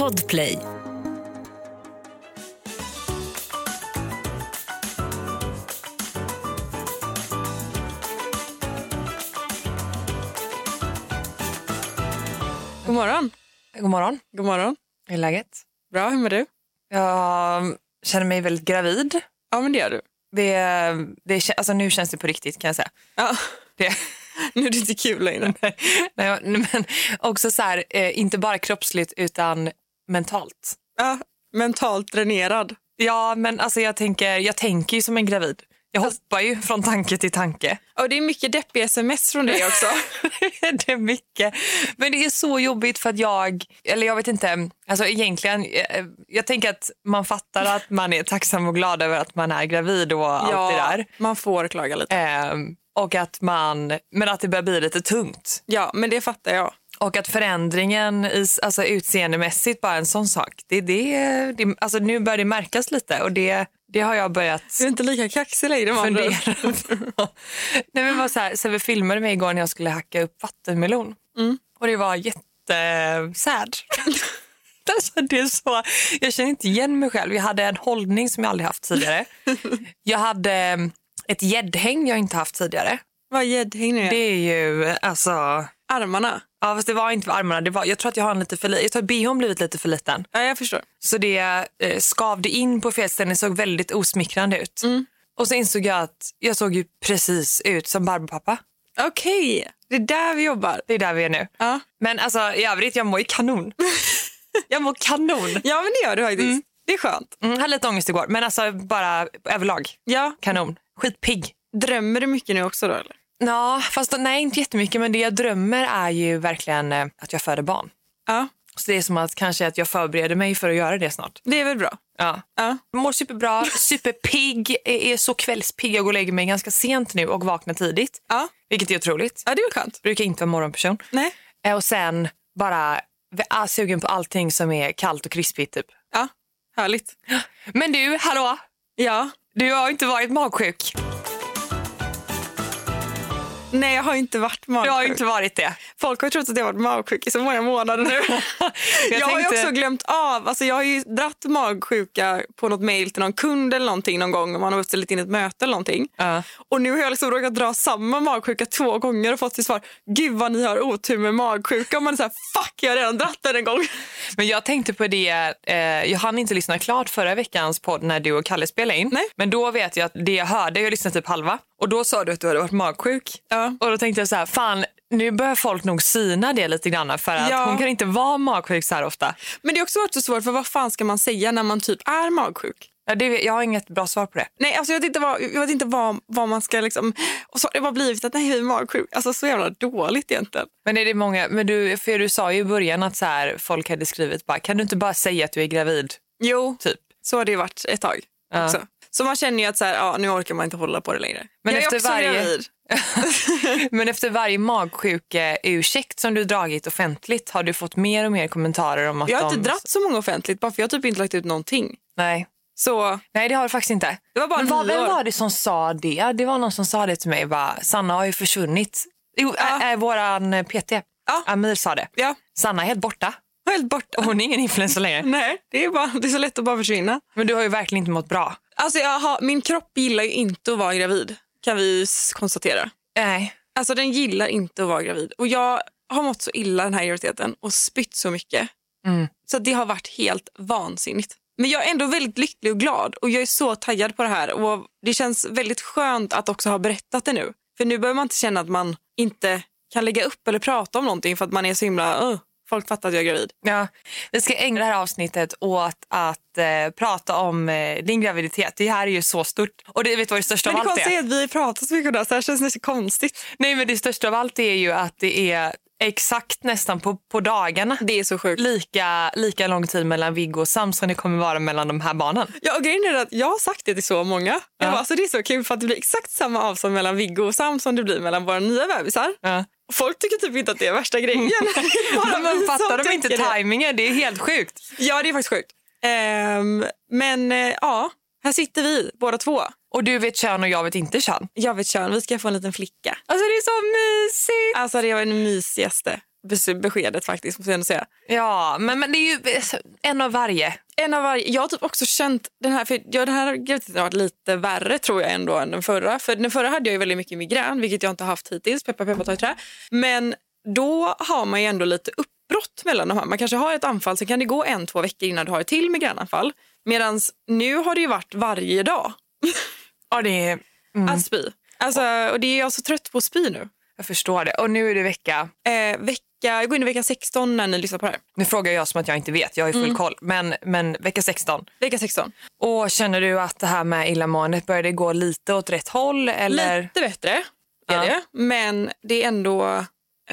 Podplay. God morgon. God morgon. God morgon. Hur är läget? Bra, hur mår du? Jag känner mig väldigt gravid. Ja, men det gör du. Alltså nu känns det på riktigt, kan jag säga. Ja. Det. Nu är det inte kul längre. Nej, men också så här, inte bara kroppsligt utan mentalt. Ja, mentalt dränerad. Ja, men alltså jag tänker ju som en gravid. Jag hoppar ju från tanke till tanke. Och det är mycket deppiga sms från dig också. Det är mycket. Men det är så jobbigt för att jag vet inte, alltså egentligen, jag tänker att man fattar att man är tacksam och glad över att man är gravid och allt det där. Man får klaga lite. Och att men att det börjar bli lite tungt. Ja, men det fattar jag. Och att förändringen alltså utseendemässigt bara en sån sak. Alltså nu börjar det märkas lite och det har jag börjat. Du är inte lika kaxig längre, man. Nej, men det var så vi filmade mig igår när jag skulle hacka upp vattenmelon. Och det var jättesad. Alltså det är så, jag känner inte igen mig själv. Jag hade en hållning som jag aldrig haft tidigare. Jag hade ett gäddhäng jag inte haft tidigare. Vad gäddhäng är? Det är ju alltså armarna. Ja, fast det var inte armarna. Jag tror att jag har en lite för liten. Jag tror att BH blivit lite för liten. Ja, jag förstår. Så det skavde in på fel ställen. Det såg väldigt osmickrande ut. Och så insåg jag att jag såg ju precis ut som Barbapapa. Okej, det är där vi jobbar. Det är där vi är nu. Ja. Men alltså i övrigt, jag mår ju kanon. Jag mår kanon. Ja, men det gör du faktiskt. Det är skönt. Jag hade lite ångest igår, men alltså bara överlag. Ja. Kanon. Skitpigg. Drömmer du mycket nu också då, eller? Ja, fast nej, inte jättemycket. Men det jag drömmer är ju verkligen att jag föder barn. Ja. Så det är som att kanske att jag förbereder mig för att göra det snart. Det är väl bra. Ja. Ja. Jag mår superbra, superpigg, är så kvällspigg. Jag går och lägger mig ganska sent nu och vaknar tidigt. Ja. Vilket är otroligt. Ja, det är väl skönt. Brukar inte vara morgonperson. Nej. Och sen bara sugen på allting som är kallt och krispigt typ. Ja, härligt. Men du, hallå? Ja. Du har inte varit magsjuk. Nej, jag har inte varit magsjuk. Jag har inte varit det. Folk har trott att jag har varit magsjuk i så många månader nu. jag har ju också glömt av. Alltså jag har ju dratt magsjuka på något mejl till någon kund eller någonting någon gång. Om man har ställt in ett möte eller någonting. Och nu har jag liksom råkat dra samma magsjuka 2 gånger och fått till svar: gud vad ni har otur med magsjuka. Och man är så här, fuck, jag har redan dratt den en gång. Men jag tänkte på det, jag hann inte lyssna klart förra veckans podd när du och Kalle spelade in. Nej. Men då vet jag att det jag hörde, jag lyssnade typ halva. Och då sa du att du hade varit magsjuk. Ja. Och då tänkte jag så här, fan, nu börjar folk nog syna det lite grann. För att hon kan inte vara magsjuk så här ofta. Men det är också varit så svårt, för vad fan ska man säga när man typ är magsjuk? Ja, jag har inget bra svar på det. Nej, alltså jag vet inte vad man ska liksom. Och så har det bara blivit att nej, jag är magsjuk. Alltså så jävla dåligt egentligen. Men är det många, för du sa ju i början att så här, folk hade skrivit bara, kan du inte bara säga att du är gravid? Jo, typ. Så har det varit ett tag också. Så man känner ju att så här, nu orkar man inte hålla på det längre. Men jag är efter också gravid. Men efter varje magsjuke-ursäkt som du dragit offentligt har du fått mer och mer kommentarer om att jag har inte dratt så många offentligt, bara för jag har typ inte lagt ut någonting. Nej. Så nej, det har du faktiskt inte. Det var bara vem var det som sa det? Det var någon som sa det till mig. Bara, Sanna har ju försvunnit. Jo, våran PT. Amir sa det. Ja. Sanna är helt borta. Helt borta. Och hon är ingen influencer längre. Nej, det är så lätt att bara försvinna. Men du har ju verkligen inte mått bra. Alltså min kropp gillar ju inte att vara gravid, kan vi konstatera. Nej. Alltså den gillar inte att vara gravid. Och jag har mått så illa den här graviditeten och spytt så mycket. Så det har varit helt vansinnigt. Men jag är ändå väldigt lycklig och glad. Och jag är så taggad på det här. Och det känns väldigt skönt att också ha berättat det nu. För nu behöver man inte känna att man inte kan lägga upp eller prata om någonting. För att man är så himla... folk fattar att jag är gravid. Ja, vi ska ägna det här avsnittet åt att prata om din graviditet. Det här är ju så stort. Och det vet vad det största av allt är. Men det konstiga är att vi pratar så mycket om det här, så här känns det så konstigt. Nej, men det största av allt är ju att det är exakt nästan på dagarna. Det är så sjukt. Lika lång tid mellan Viggo och Sam som det kommer vara mellan de här barnen. Ja, och grejen är att jag har sagt det till så många. Alltså, det är så kul för att det blir exakt samma avstånd mellan Viggo och Sam som det blir mellan våra nya bebisar. Ja. Och folk tycker typ inte att det är värsta grejen. Men fattar de inte tajmingen? Det är helt sjukt. Ja, det är faktiskt sjukt. Men här sitter vi båda två. Och du vet kön och jag vet inte kön. Jag vet kön, vi ska få en liten flicka. Alltså det är så mysigt. Alltså det var den mysigaste. beskedet faktiskt, måste jag ändå säga. Ja, men det är ju en av varje. Jag har typ också känt den här, för den här graviditeten har varit lite värre tror jag ändå än den förra. För den förra hade jag ju väldigt mycket migrän, vilket jag inte haft hittills, peppa ta i trä. Men då har man ju ändå lite uppbrott mellan de här. Man kanske har ett anfall, så kan det gå 1-2 veckor innan du har ett till migränanfall. Medan nu har det ju varit varje dag. Ja, det är... Att spy. Alltså, och det är jag så trött på att spy nu. Jag förstår det. Och nu är det vecka... Jag går in i vecka 16 när ni lyssnar på det här. Nu frågar jag som att jag inte vet. Jag har ju full koll. Men vecka 16. Vecka 16. Och känner du att det här med illamåendet börjar det gå lite åt rätt håll? Eller? Lite bättre är det. Men det är ändå...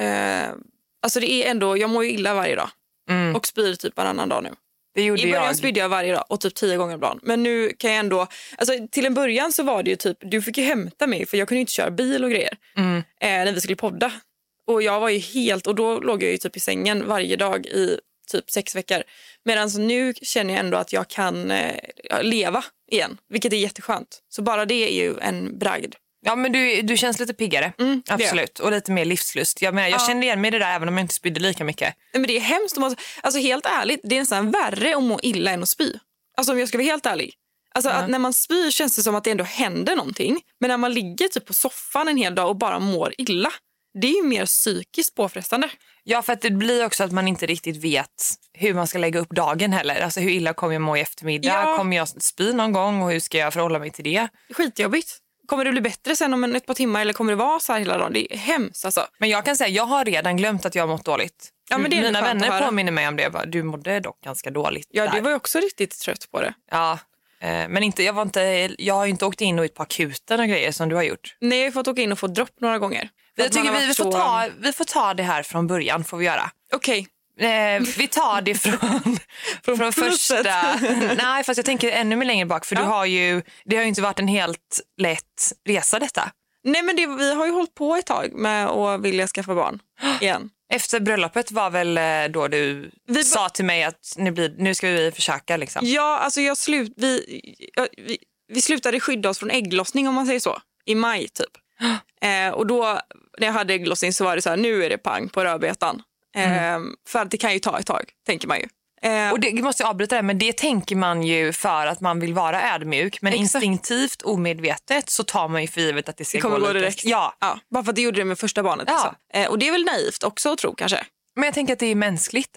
alltså det är ändå... Jag mår ju illa varje dag. Och spyr typ varannan dag nu. Det gjorde I början spydde jag varje dag och typ 10 gånger om dagen. Men nu kan jag ändå... Alltså till en början så var det ju typ... Du fick ju hämta mig för jag kunde inte köra bil och grejer. När vi skulle podda. Och jag var ju helt... Och då låg jag ju typ i sängen varje dag i typ 6 veckor. Medan nu känner jag ändå att jag kan leva igen. Vilket är jätteskönt. Så bara det är ju en bragd. Ja, men du känns lite piggare. Absolut. Och lite mer livslust. Jag kände igen mig det där även om jag inte spydde lika mycket. Men det är hemskt. Alltså helt ärligt, det är nästan värre att må illa än att spy. Alltså om jag ska vara helt ärlig. Alltså att när man spyr känns det som att det ändå händer någonting. Men när man ligger typ på soffan en hel dag och bara mår illa. Det är ju mer psykiskt påfrestande. Ja, för att det blir också att man inte riktigt vet hur man ska lägga upp dagen heller. Alltså hur illa kommer jag må i eftermiddag? Ja. Kommer jag spy någon gång och hur ska jag förhålla mig till det? Skitjobbigt. Kommer det bli bättre sen om ett par timmar eller kommer det vara så här hela dagen? Det är hemskt alltså. Men jag kan säga, jag har redan glömt att jag har mått dåligt. Ja, men det är mina vänner påminner mig om det. Du mådde dock ganska dåligt. Ja, där. det var ju också riktigt trött på det. Ja, men jag har inte åkt in och ut på akuten och grejer som du har gjort. Nej, jag har fått åka in och få dropp några gånger. Jag tycker vi får ta det här från början, får vi göra. Okej. Vi tar det från första... Nej, fast jag tänker ännu mer längre bak. För det har ju inte varit en helt lätt resa detta. Nej, men vi har ju hållit på ett tag med att vilja skaffa barn igen. Efter bröllopet var väl då du sa till mig att nu ska vi försöka liksom. Ja, alltså vi slutade skydda oss från ägglossning om man säger så. I maj typ. Och då när jag hade ägglossning så var det så här, nu är det pang på rödbetan. För att det kan ju ta ett tag, tänker man ju. Och det måste jag avbryta det, men det tänker man ju för att man vill vara ödmjuk. Men instinktivt, omedvetet så tar man ju för givet att det ska gå direkt. Ja, bara för att det gjorde det med första barnet. Ja. Och det är väl naivt också att tro kanske. Men jag tänker att det är mänskligt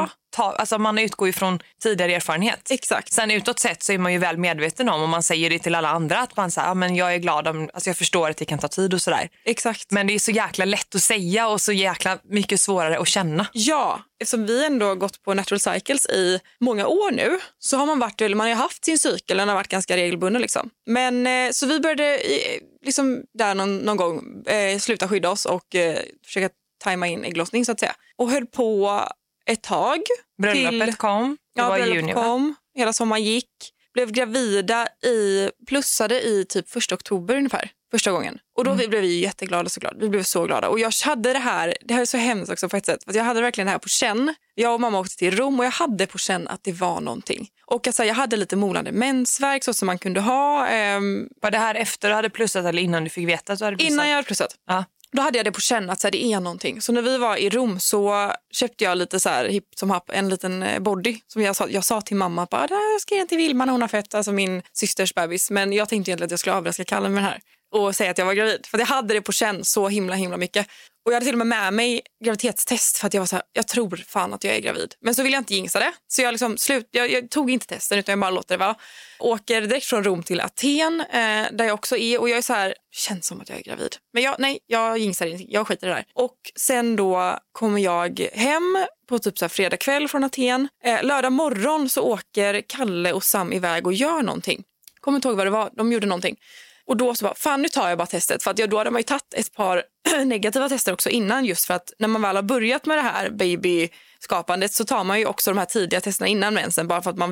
att man utgår ju från tidigare erfarenhet. Exakt. Sen utåt sett så är man ju väl medveten om man säger det till alla andra att man säger, men jag är glad alltså jag förstår att det kan ta tid och sådär. Exakt. Men det är så jäkla lätt att säga och så jäkla mycket svårare att känna. Ja, eftersom vi ändå har gått på Natural Cycles i många år nu så har man har haft sin cykel, den har varit ganska regelbunden liksom. Men så vi började liksom där någon gång sluta skydda oss och försöka tajma in ägglossning så att säga. Och höll på ett tag. Bröllopet kom. Det var i juni, kom. Hela sommaren gick. Blev gravida plussade i typ 1 oktober ungefär. Första gången. Och då blev vi jätteglada såklart. Vi blev så glada. Och jag hade det här är så hemskt också på ett sätt. För jag hade verkligen det här på känn. Jag och mamma åkte till Rom och jag hade på känn att det var någonting. Och alltså, jag hade lite molande mensvärk så som man kunde ha. Var det här efter du hade plussat eller innan du fick veta att du hade plussat? Innan jag hade plussat. Ja. Då hade jag det på känn att så här, det är någonting. Så när vi var i Rom så köpte jag lite så här hipp som happ en liten body som jag sa till mamma bara, där ska jag till Vilma när hon har fött, alltså min systers bebis. Men jag tänkte egentligen att jag skulle överraska Kalle med den här och säga att jag var gravid. För jag hade det på känn så himla mycket. Och jag hade till och med mig graviditetstest för att jag var så här, jag tror fan att jag är gravid. Men så vill jag inte jinxa det. Så jag liksom jag tog inte testen utan jag bara låter det vara. Åker direkt från Rom till Aten där jag också är. Och jag är så här, känns som att jag är gravid. Men jag jinxar inte, jag skiter i det där. Och sen då kommer jag hem på typ så här fredag kväll från Aten. Lördag morgon så åker Kalle och Sam iväg och gör någonting. Kommer inte ihåg vad det var, de gjorde någonting. Och då så bara, fan nu tar jag bara testet. För att då hade man ju tagit ett par negativa tester också innan. Just för att när man väl har börjat med det här babyskapandet så tar man ju också de här tidiga testerna innan mensen. Bara för att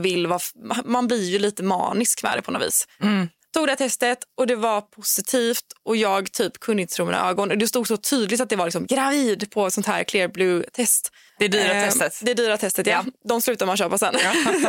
man blir ju lite manisk med det på något vis. Tog det här testet och det var positivt. Och jag typ kunde inte tro mina ögon. Och det stod så tydligt att det var liksom gravid på ett sånt här clear blue test. Det dyra testet. Det dyra testet, ja. De slutar man köpa sen.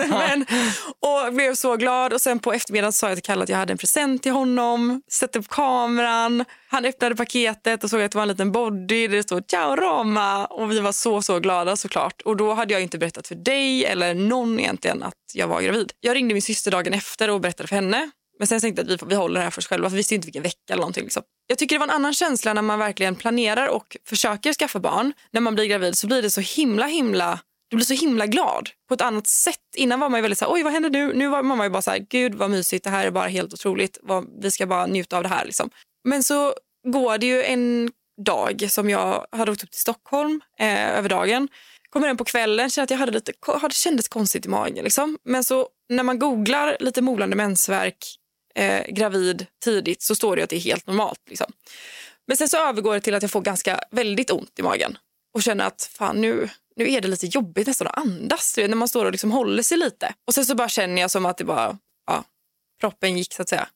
Och blev så glad. Och sen på eftermiddagen sa jag till Kalle att jag hade en present till honom. Sätter upp kameran. Han öppnade paketet och såg att det var en liten body. Där det stod ciao Roma. Och vi var så glada såklart. Och då hade jag inte berättat för dig eller någon egentligen att jag var gravid. Jag ringde min syster dagen efter och berättade för henne. Men sen tänkte jag att vi håller det här för oss själva. För vi visste inte vilken vecka eller någonting. Liksom. Jag tycker det var en annan känsla när man verkligen planerar och försöker skaffa barn. När man blir gravid så blir det så himla... Du blir så himla glad på ett annat sätt. Innan var man ju väldigt så här, oj vad händer nu? Nu var man ju bara så här, gud vad mysigt, det här är bara helt otroligt. Vi ska bara njuta av det här liksom. Men så går det ju en dag som jag hade åkt upp till Stockholm över dagen. Kommer den på kvällen, kände att det kändes konstigt i magen liksom. Men så när man googlar lite molande mensvärk, gravid tidigt, så står det att det är helt normalt liksom. Men sen så övergår det till att jag får väldigt ont i magen. Och känner att fan nu är det lite jobbigt nästan att andas. När man står och liksom håller sig lite. Och sen så bara känner jag som att det bara, proppen gick så att säga.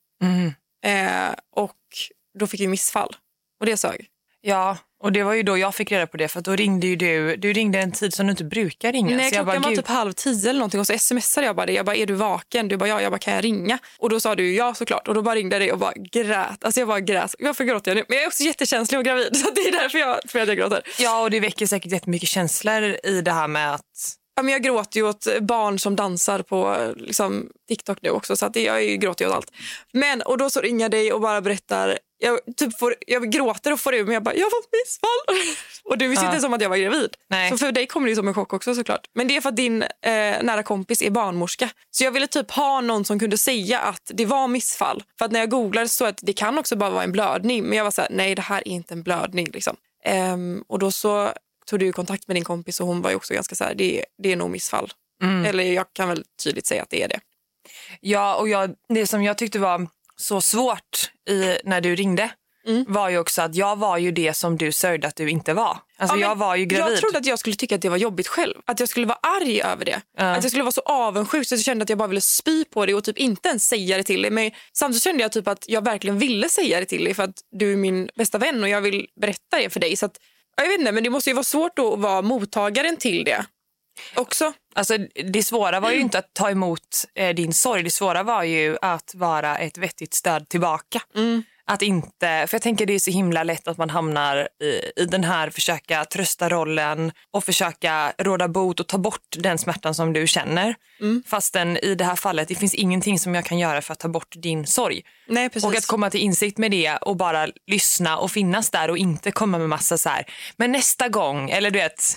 Och då fick jag missfall. Och det sög. Ja, och det var ju då jag fick reda på det. För att då ringde ju du ringde en tid som du inte brukar ringa. Nej, så klockan var typ 9:30 eller någonting. Och så smsade jag bara det. Jag bara, är du vaken? Du bara, ja. Jag bara, kan jag ringa? Och då sa du ja såklart. Och då bara ringde jag dig och bara grät. Alltså jag bara grät. Varför gråter jag nu? Men jag är också jättekänslig och gravid. Så det är därför jag gråter. Ja, och det väcker säkert jättemycket känslor i det här med att... Ja, men jag gråter ju åt barn som dansar på liksom, TikTok nu också. Så att jag gråter ju åt allt. Och då så ringer jag dig och bara berättar. Jag gråter och får ur men jag bara, jag har fått missfall. Och du visste inte som att jag var gravid. Nej. Så för dig kommer det ju som en chock också såklart. Men det är för att din nära kompis är barnmorska. Så jag ville typ ha någon som kunde säga att det var missfall. För att när jag googlade så att det kan också bara vara en blödning. Men jag var så här, nej det här är inte en blödning liksom. Och då så tog du kontakt med din kompis och hon var ju också ganska så här, det är nog missfall. Eller jag kan väl tydligt säga att det är det. Ja, och det som jag tyckte var så svårt när du ringde var ju också att jag var ju det som du sörjde att du inte var. Alltså jag var ju gravid. Jag trodde att jag skulle tycka att det var jobbigt själv. Att jag skulle vara arg över det. Att jag skulle vara så avundsjuk så jag kände att jag bara ville spy på det och typ inte ens säga det till dig. Men samtidigt kände jag typ att jag verkligen ville säga det till dig för att du är min bästa vän och jag vill berätta det för dig. Så att, jag vet inte, men det måste ju vara svårt att vara mottagaren till det också. Alltså det svåra var ju inte att ta emot din sorg. Det svåra var ju att vara ett vettigt stöd tillbaka. Att inte, för jag tänker det är så himla lätt att man hamnar i den här försöka trösta rollen och försöka råda bot och ta bort den smärtan som du känner. Fastän i det här fallet, det finns ingenting som jag kan göra för att ta bort din sorg. Nej, precis. Och att komma till insikt med det och bara lyssna och finnas där och inte komma med massa så här, men nästa gång, eller du vet,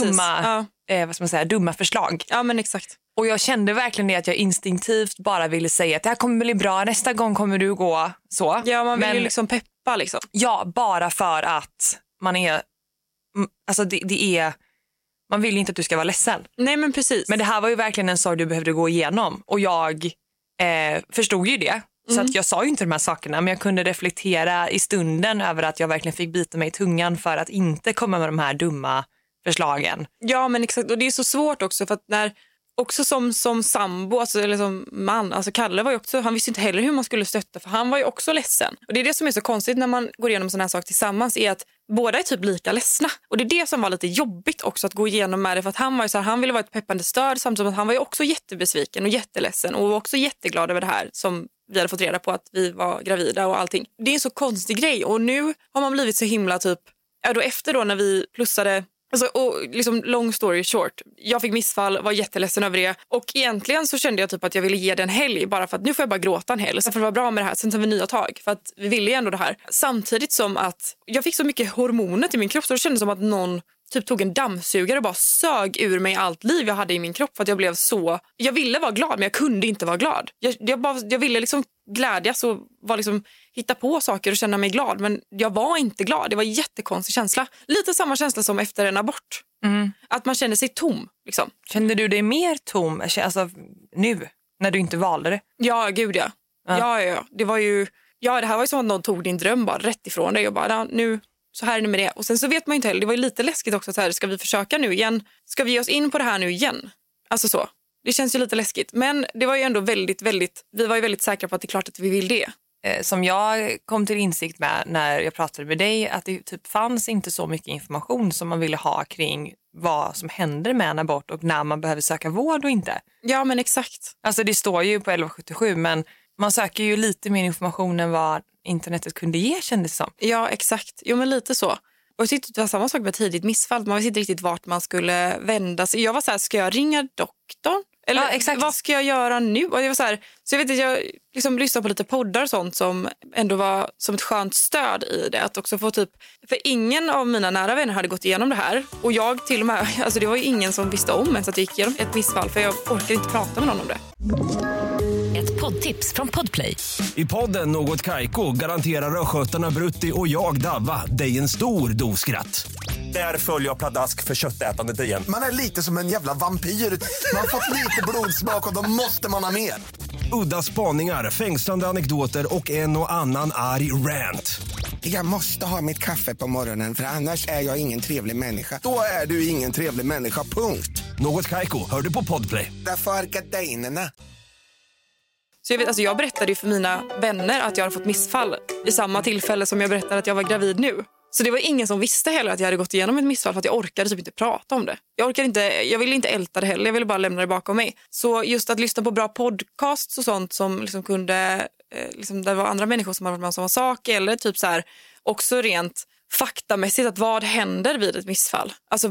dumma förslag. Ja, men exakt. Och jag kände verkligen det att jag instinktivt bara ville säga att det här kommer bli bra, nästa gång kommer du gå så. Ja, man vill ju liksom peppa liksom. Ja, bara för att man är, alltså det är, man vill inte att du ska vara ledsen. Nej, men precis. Men det här var ju verkligen en sorg du behövde gå igenom och jag förstod ju det. Så att jag sa ju inte de här sakerna, men jag kunde reflektera i stunden över att jag verkligen fick bita mig i tungan för att inte komma med de här dumma förslagen. Ja, men exakt. Och det är så svårt också för att också som sambo, alltså, eller som man, alltså Kalle var ju också, han visste inte heller hur man skulle stötta för han var ju också ledsen. Och det är det som är så konstigt när man går igenom sådana här saker tillsammans är att båda är typ lika ledsna. Och det är det som var lite jobbigt också att gå igenom med det för att han var ju så här, han ville vara ett peppande stöd samtidigt som att han var ju också jättebesviken och jätteledsen och var också jätteglad över det här som vi hade fått reda på att vi var gravida och allting. Det är en så konstig grej och nu har man blivit så himla typ, då efter då när vi plussade. Alltså, och liksom long story short, jag fick missfall, var jätteledsen över det och egentligen så kände jag typ att jag ville ge den helg bara för att nu får jag bara gråta en helg så för att vara bra med det här, sen tar vi nya tag för att vi ville ju ändå det här. Samtidigt som att jag fick så mycket hormoner i min kropp så det kändes som att någon typ tog en dammsugare och bara sög ur mig allt liv jag hade i min kropp för att jag blev så, jag ville vara glad men jag kunde inte vara glad. Jag ville liksom glädjas och var liksom, hitta på saker och känna mig glad men jag var inte glad, det var en jättekonstig känsla. Lite samma känsla som efter en abort. Att man känner sig tom liksom. Kände du dig mer tom alltså, nu när du inte valde det? Ja, gud ja. Ja. Det var ju, det här var ju som att någon tog din dröm bara rätt ifrån dig och bara, nu så här är det med det. Och sen så vet man ju inte heller, det var ju lite läskigt också så här, ska vi försöka nu igen? Ska vi ge oss in på det här nu igen? Alltså så. Det känns ju lite läskigt. Men det var ju ändå väldigt, vi var ju väldigt säkra på att det är klart att vi vill det. som jag kom till insikt med när jag pratade med dig, att det typ fanns inte så mycket information som man ville ha kring vad som händer med en abort och när man behöver söka vård och inte. Ja, men exakt. Alltså det står ju på 1177, men man söker ju lite mer information än vad internetet kunde ge, kändes som. Ja, exakt. Jo, men lite så. Och jag tyckte det var samma sak med tidigt missfall. Man visste inte riktigt vart man skulle vända sig. Jag var så här, ska jag ringa doktorn? Eller ja, exakt. Vad ska jag göra nu? Och jag var så här, så jag vet att jag liksom lyssnade på lite poddar och sånt som ändå var som ett skönt stöd i det. Att också få typ, för ingen av mina nära vänner hade gått igenom det här. Och jag till och med, alltså det var ju ingen som visste om ens att jag gick igenom ett missfall. För jag orkade inte prata med någon om det. Ett poddtips från Podplay. I podden Något Kaiko garanterar östgötarna Brutti och jag Davva dig en stor doskratt. Där följer jag pladask för köttätandet igen. Man är lite som en jävla vampyr. Man har fått lite blodsmak och då måste man ha mer. Udda spaningar, fängslande anekdoter och en och annan arg rant. Jag måste ha mitt kaffe på morgonen för annars är jag ingen trevlig människa. Då är du ingen trevlig människa, punkt. Något Kaiko, hör du på Podplay. Därför är gardinerna. Så jag vet, alltså jag berättade ju för mina vänner att jag hade fått missfall i samma tillfälle som jag berättade att jag var gravid nu. Så det var ingen som visste heller att jag hade gått igenom ett missfall för att jag orkade typ inte prata om det. Jag ville inte älta det heller, jag ville bara lämna det bakom mig. Så just att lyssna på bra podcasts och sånt som liksom kunde, liksom där var andra människor som hade varit med om samma sak, eller typ så här, också rent faktamässigt att vad händer vid ett missfall? Alltså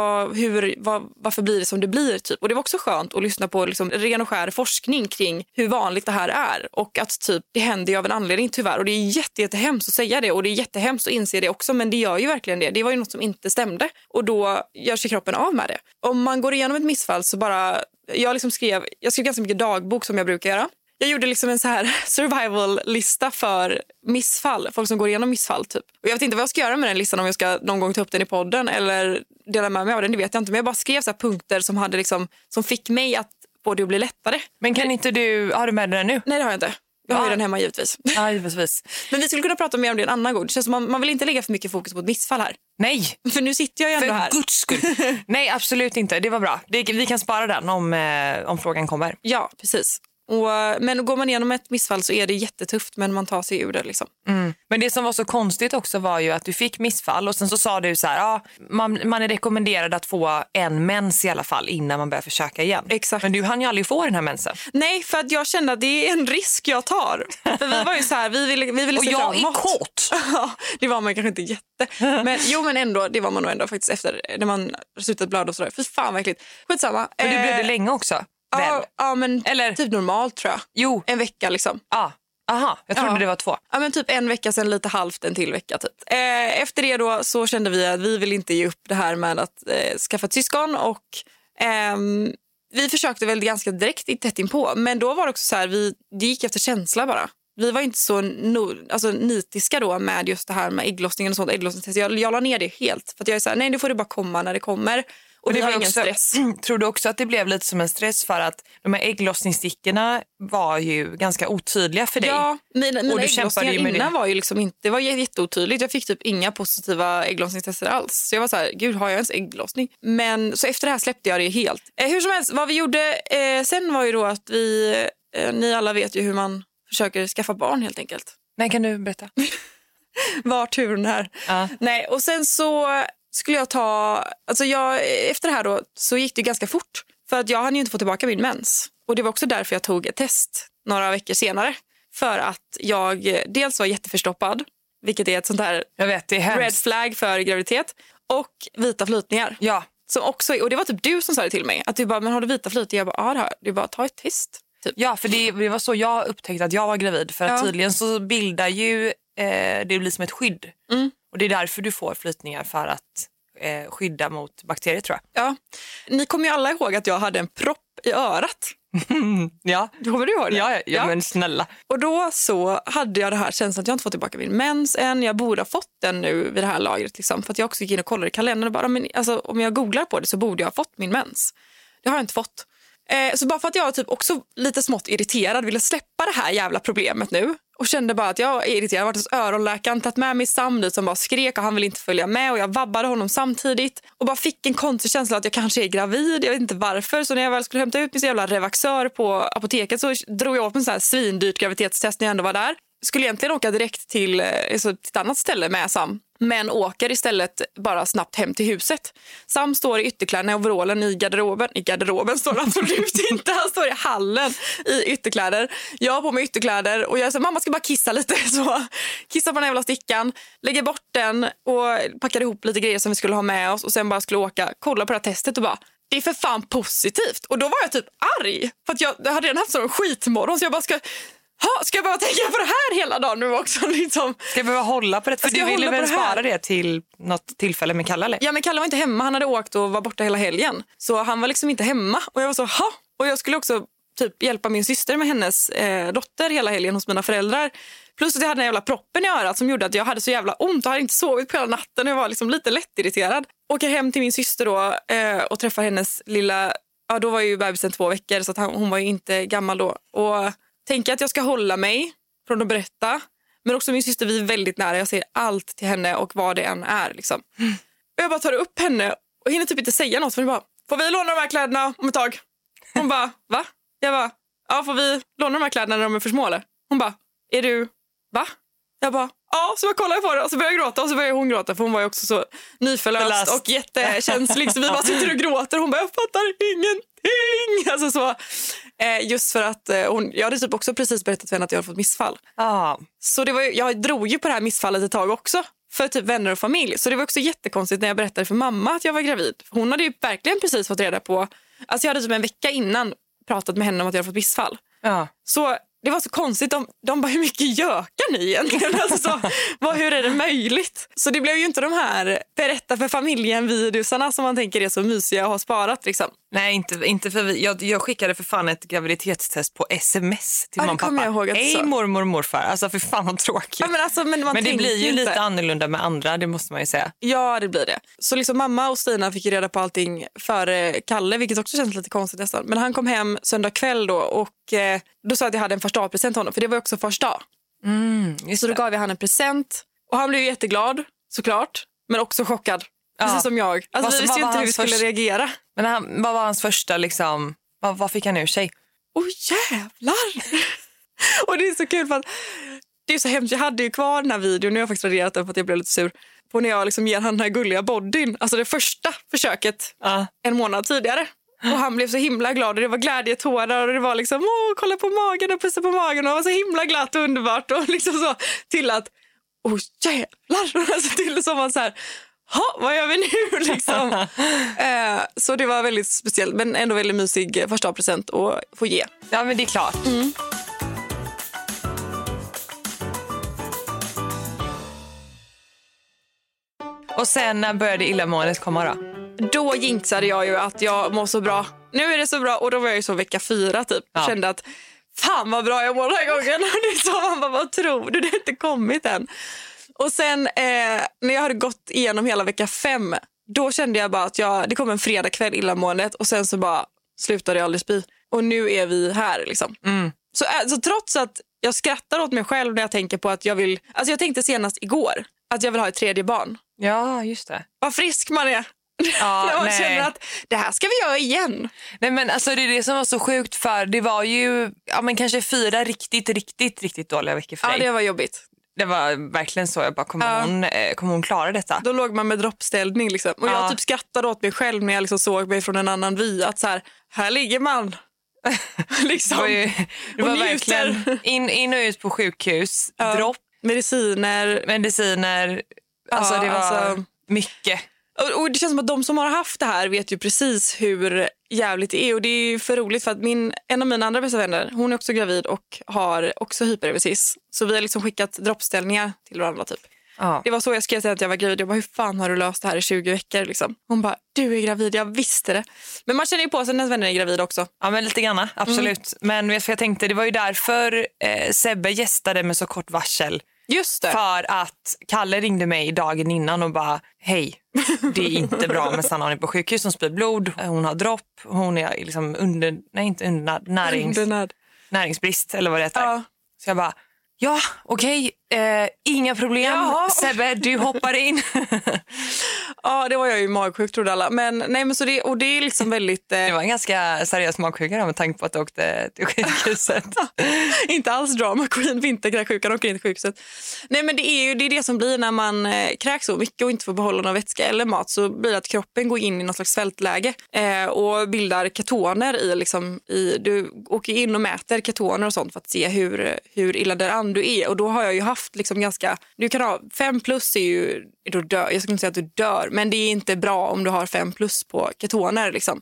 varför blir det som det blir typ? Och det var också skönt att lyssna på liksom ren och skär forskning kring hur vanligt det här är och att typ det händer ju av en anledning tyvärr, och det är jättehemskt att säga det och det är jättehemskt att inse det också, men det gör ju verkligen det. Det var ju något som inte stämde och då gör sig kroppen av med det. Om man går igenom ett missfall så bara, jag skrev ganska mycket dagbok som jag brukar göra. Jag gjorde liksom en så här survival-lista för missfall. Folk som går igenom missfall typ. Och jag vet inte vad jag ska göra med den listan, om jag ska någon gång ta upp den i podden eller dela med mig av den, det vet jag inte. Men jag bara skrev så här punkter som hade liksom, som fick mig att få det att bli lättare. Men kan inte du, har du med den nu? Nej, det har jag inte. Jag har ju den hemma givetvis. Ja, givetvis. Men vi skulle kunna prata mer om det en annan gång. Det känns som man vill inte lägga för mycket fokus på ett missfall här. Nej. För nu sitter jag ju ändå här. För guds skull. Nej, absolut inte. Det var bra. Vi kan spara den om frågan kommer. Ja, precis. Men går man igenom ett missfall så är det jättetufft, men man tar sig ur det liksom. Men det som var så konstigt också var ju att du fick missfall och sen så sa du så här, ja, man är rekommenderad att få en mens i alla fall innan man börjar försöka igen. Exakt. Men du hann ju aldrig få den här mensen. Nej, för att jag kände att det är en risk jag tar. För vi var ju så här, vi ville och se jag framåt. är kåt. Ja, det var man kanske inte jätte. Men ändå, det var man nog ändå faktiskt efter när man slutat blöda och sådär. Fy fan verkligen. Skitsamma. Men du blödde länge också. Ja, men eller typ normalt tror jag. Jo. En vecka liksom. Ja. Aha, jag trodde det var 2. Ja, men typ en vecka, sen lite halvt en till vecka typ. Efter det då så kände vi att vi vill inte ge upp det här med att skaffa ett syskon, och vi försökte väl ganska direkt tätt in på, men då var det också så här, det gick efter känsla bara. Vi var inte så nitiska då med just det här med ägglossningen och sånt, ägglossningstest. Jag la ner det helt för att jag är så här, nej, nu får det bara komma när det kommer. Och det var ingen stress. Tror du också att det blev lite som en stress för att de här ägglossningsstickorna var ju ganska otydliga för dig? Ja, mina ägglossningar innan det. var ju liksom inte, det var jätteotydligt. Jag fick typ inga positiva ägglossningstester alls. Så jag var så här, gud, har jag ens ägglossning? Men så efter det här släppte jag det helt. Hur som helst, vad vi gjorde sen var ju då att ni alla vet ju hur man försöker skaffa barn helt enkelt. Nej, kan du berätta? Var turen här. Nej, och sen så skulle jag efter det här då så gick det ganska fort. För att jag hade ju inte fått tillbaka min mens. Och det var också därför jag tog ett test några veckor senare. För att jag dels var jätteförstoppad, vilket är ett sånt där red flag för graviditet. Och vita flytningar. Ja. Som också, och det var typ du som sa det till mig. Att du bara, men har du vita flytningar? Jag bara, ja det har. Du bara, ta ett test. Typ. Ja, för det var så jag upptäckte att jag var gravid. För att tydligen så bildar ju det blir som ett skydd. Och det är därför du får flytningar, för att skydda mot bakterier, tror jag. Ja, ni kommer ju alla ihåg att jag hade en propp i örat. Ja. Kommer du ihåg det? Ja, men snälla. Och då så hade jag det här känslan att jag inte fått tillbaka min mens än. Jag borde ha fått den nu vid det här lagret. Liksom, för att jag också gick in och kollade i kalendern och bara, men alltså, om jag googlar på det så borde jag ha fått min mens. Det har jag inte fått. Så bara för att jag typ också lite smått irriterad ville släppa det här jävla problemet nu. Och kände bara att jag är irriterad. Jag har varit hos öronläkaren, tagit med mig Sam som bara skrek och han ville inte följa med. Och jag vabbade honom samtidigt. Och bara fick en konstig känsla att jag kanske är gravid. Jag vet inte varför. Så när jag väl skulle hämta ut min jävla Revaxör på apoteket så drog jag åt en sån här svindyrt graviditetstest när jag ändå var där. skulle egentligen åka direkt till ett annat ställe med Sam. Men åker istället bara snabbt hem till huset. Sam står i ytterkläderna och overallen i garderoben. I garderoben står han absolut inte. Han står i hallen i ytterkläder. Jag har på mig ytterkläder och jag säger mamma ska bara kissa lite. Så kissa på den jävla stickan. Lägger bort den och packar ihop lite grejer som vi skulle ha med oss. Och sen bara skulle åka, kolla på det här testet och bara det är för fan positivt. Och då var jag typ arg. För att jag hade redan haft sån skitmorgon så jag bara ska jag behöva tänka på det här hela dagen nu också? Liksom. Ska jag behöva hålla på det? För du ville väl spara det till något tillfälle med Kalle? Eller? Ja, men Kalle var inte hemma. Han hade åkt och var borta hela helgen. Så han var liksom inte hemma. Och jag var så, Och jag skulle också typ hjälpa min syster med hennes dotter hela helgen hos mina föräldrar. Plus att jag hade en jävla proppen i örat som gjorde att jag hade så jävla ont och hade inte sovit på hela natten. Jag var liksom lite lättirriterad. Åker hem till min syster då och träffar hennes lilla... Ja, då var ju bebisen 2 veckor så att hon var ju inte gammal då. Och tänker att jag ska hålla mig från att berätta. Men också min syster, vi är väldigt nära. Jag säger allt till henne och vad det än är. Liksom. Och jag bara tar upp henne och hinner typ inte säga något. För hon bara, får vi låna de här kläderna om ett tag? Hon bara, va? Jag bara, ja får vi låna de här kläderna när de är för små eller? Hon bara, är du, va? Jag bara, ja, så jag kollade på det och så började jag gråta och så började hon gråta för hon var ju också så nyförlöst och jättekänslig så vi bara sitter och gråter och hon bara, jag fattar ingenting. Alltså så, just för att jag hade typ också precis berättat för henne att jag hade fått missfall. Så det var ju, jag drog ju på det här missfallet ett tag också för typ vänner och familj. Så det var också jättekonstigt när jag berättade för mamma att jag var gravid. Hon hade ju verkligen precis fått reda på, alltså jag hade typ en vecka innan pratat med henne om att jag hade fått missfall. Så det var så konstigt. De bara, hur mycket gökar ni egentligen? Alltså så, hur är det möjligt? Så det blev ju inte de här berätta för familjen-videosarna som man tänker är så mysiga och har sparat liksom. Nej, inte för jag skickade för fan ett graviditetstest på sms till mamma och pappa. Hej mormor och morfar. Alltså för fan vad tråkigt. Ja, men det blir ju lite annorlunda med andra, det måste man ju säga. Ja, det blir det. Så liksom mamma och Stina fick ju reda på allting före Kalle, vilket också känns lite konstigt nästan. Men han kom hem söndag kväll då och då sa jag att jag hade en första present till honom, för det var också första dag. Så då gav jag han en present och han blev jätteglad såklart, men också chockad. Precis som jag. Alltså, vi visste ju inte hur vi skulle reagera. Men vad var hans första liksom, vad fick han ur sig? Jävlar! Och det är så kul för att det är så hemskt. Jag hade ju kvar den här videon, nu har jag faktiskt raderat den för att jag blev lite sur. På när jag liksom ger han den här gulliga bodyn. Alltså det första försöket en månad tidigare. Och han blev så himla glad och det var glädjetårar och det var liksom, kolla på magen och pussa på magen och det var så himla glatt och underbart och liksom så till att, jävlar! Alltså till som man så här, vad gör vi nu liksom? Så det var väldigt speciellt men ändå väldigt mysig första present att få ge. Ja men det är klart. Och sen när började illamåendet komma då? Då jinxade jag ju att jag mår så bra. Nu är det så bra och då var jag ju så vecka 4 typ. Kände att fan vad bra jag mår den här gången. Och det sa man bara, vad tror du? Det har inte kommit än. Och sen när jag hade gått igenom hela vecka 5, då kände jag bara att det kom en fredagkväll illamåendet och sen så bara slutade jag aldrig spy. Och nu är vi här liksom. Så trots att jag skrattar åt mig själv när jag tänker på att jag vill, alltså jag tänkte senast igår att jag vill ha ett 3:e barn. Ja, just det. Vad frisk man är. Ja, man känner att det här ska vi göra igen. Nej men alltså det är det som var så sjukt för det var ju kanske 4 riktigt dåliga veckor för dig. Ja, det var jobbigt. Det var verkligen så. Jag bara, kommer hon klara detta? Då låg man med droppställning liksom. Och jag typ skrattade åt mig själv när jag liksom såg mig från en annan vy. Att så här ligger man. Liksom. Det var verkligen in och ut på sjukhus. Dropp. Mediciner. Alltså det var mycket. Och det känns som att de som har haft det här vet ju precis hur jävligt det är. Och det är ju för roligt för att en av mina andra bästa vänner, hon är också gravid och har också hyperemesis. Så vi har liksom skickat droppställningar till varandra typ. Det var så jag skrev till att jag var gravid. Jag bara, hur fan har du löst det här i 20 veckor liksom? Hon bara, du är gravid, jag visste det. Men man känner ju på sig när ens vänner är gravid också. Ja men lite grann, absolut. Men jag tänkte, det var ju därför Sebbe gästade med så kort varsel. Just det. För att Kalle ringde mig dagen innan och bara, hej, det är inte bra med Sanna, hon är på sjukhus, hon spyr blod, hon har dropp, hon är liksom näringsbrist eller vad det heter. Så jag bara, Ja, okej. Inga problem. Jaha. Sebbe, du hoppar in. Ja, det var jag ju magsjuk trodde alla. Men nej, men så det är liksom väldigt... Det var en ganska seriös magsjuka med tanke på att du åkte till sjukhuset. Inte alls drama queen, vinterkräksjukan och inte sjukhuset. Nej, men det är det som blir när man kräks så mycket och inte får behålla någon vätska eller mat, så blir det att kroppen går in i något slags svältläge och bildar ketoner du åker in och mäter ketoner och sånt för att se hur illa däran du är. Och då har jag ju haft liksom ganska, du kan ha 5+ är ju, då dör, jag skulle inte säga att du dör, men det är inte bra om du har 5+ på ketoner liksom.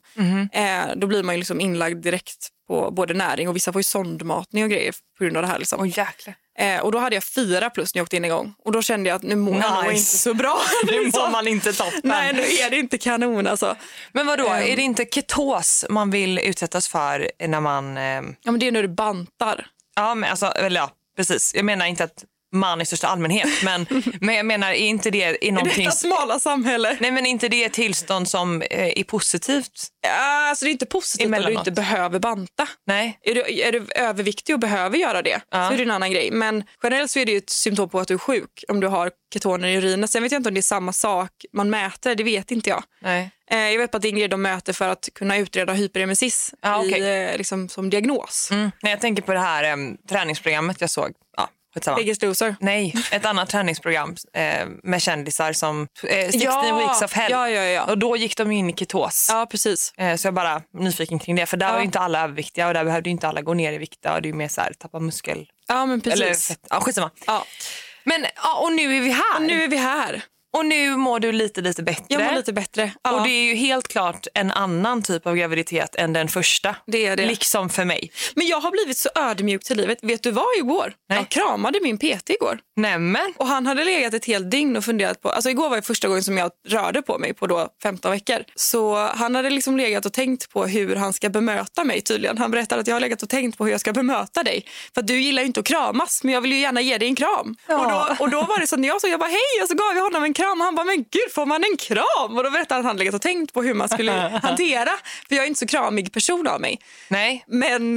Då blir man ju liksom inlagd direkt på både näring och vissa får ju sondmatning och grejer på grund av det här liksom. Jäklar. Och då hade jag 4+ när jag åkte in en gång. Och då kände jag att nu mår jag nog inte så bra. Nu mår man inte toppen. Nej, nu är det inte kanon alltså. Men vadå, är det inte ketos man vill utsättas för när man... Ja, men det är när du bantar. Ja, men alltså, eller ja, precis. Jag menar inte att man i största allmänhet, men jag menar, är inte det någonting... Detta smala samhälle. Nej, men inte det ett tillstånd som är positivt? Ja, alltså det är inte positivt att du inte behöver banta. Nej. Är du överviktig och behöver göra det, så är det en annan grej. Men generellt så är det ju ett symptom på att du är sjuk om du har ketoner i urinen. Sen vet jag inte om det är samma sak man mäter, det vet inte jag. Nej. Jag vet att det är en grej de mäter för att kunna utreda hyperemesis liksom, som diagnos. Nej, jag tänker på det här träningsprogrammet jag såg. Ja. Biggest Loser. Nej, ett annat träningsprogram med kändisar som 16 Weeks of Hell. Ja. Och då gick de in i ketos. Ja, precis. Så jag är bara nyfiken kring det. För där var ju inte alla överviktiga och där behövde inte alla gå ner i vikt. Och det är ju mer så här, tappa muskel. Ja, men precis. Eller fett. Ja, skitsamma. Ja. Men, och nu är vi här. Och nu mår du lite bättre. Jag mår lite bättre. Ja. Och det är ju helt klart en annan typ av graviditet än den första. Det är det. Liksom för mig. Men jag har blivit så ödmjuk till livet. Vet du vad igår? Nej. Jag kramade min PT igår. Nämen. Och han hade legat ett helt dygn och funderat på... Alltså igår var det första gången som jag rörde på mig på då 15 veckor. Så han hade liksom legat och tänkt på hur han ska bemöta mig tydligen. Han berättade att jag har legat och tänkt på hur jag ska bemöta dig. För att du gillar ju inte att kramas, men jag vill ju gärna ge dig en kram. Ja. Och då var det så när jag bara hej, och så gav jag honom en kram och han bara, men gud, får man en kram? Och då berättade han legat och tänkt på hur man skulle hantera. För jag är inte så kramig person av mig. Nej. Men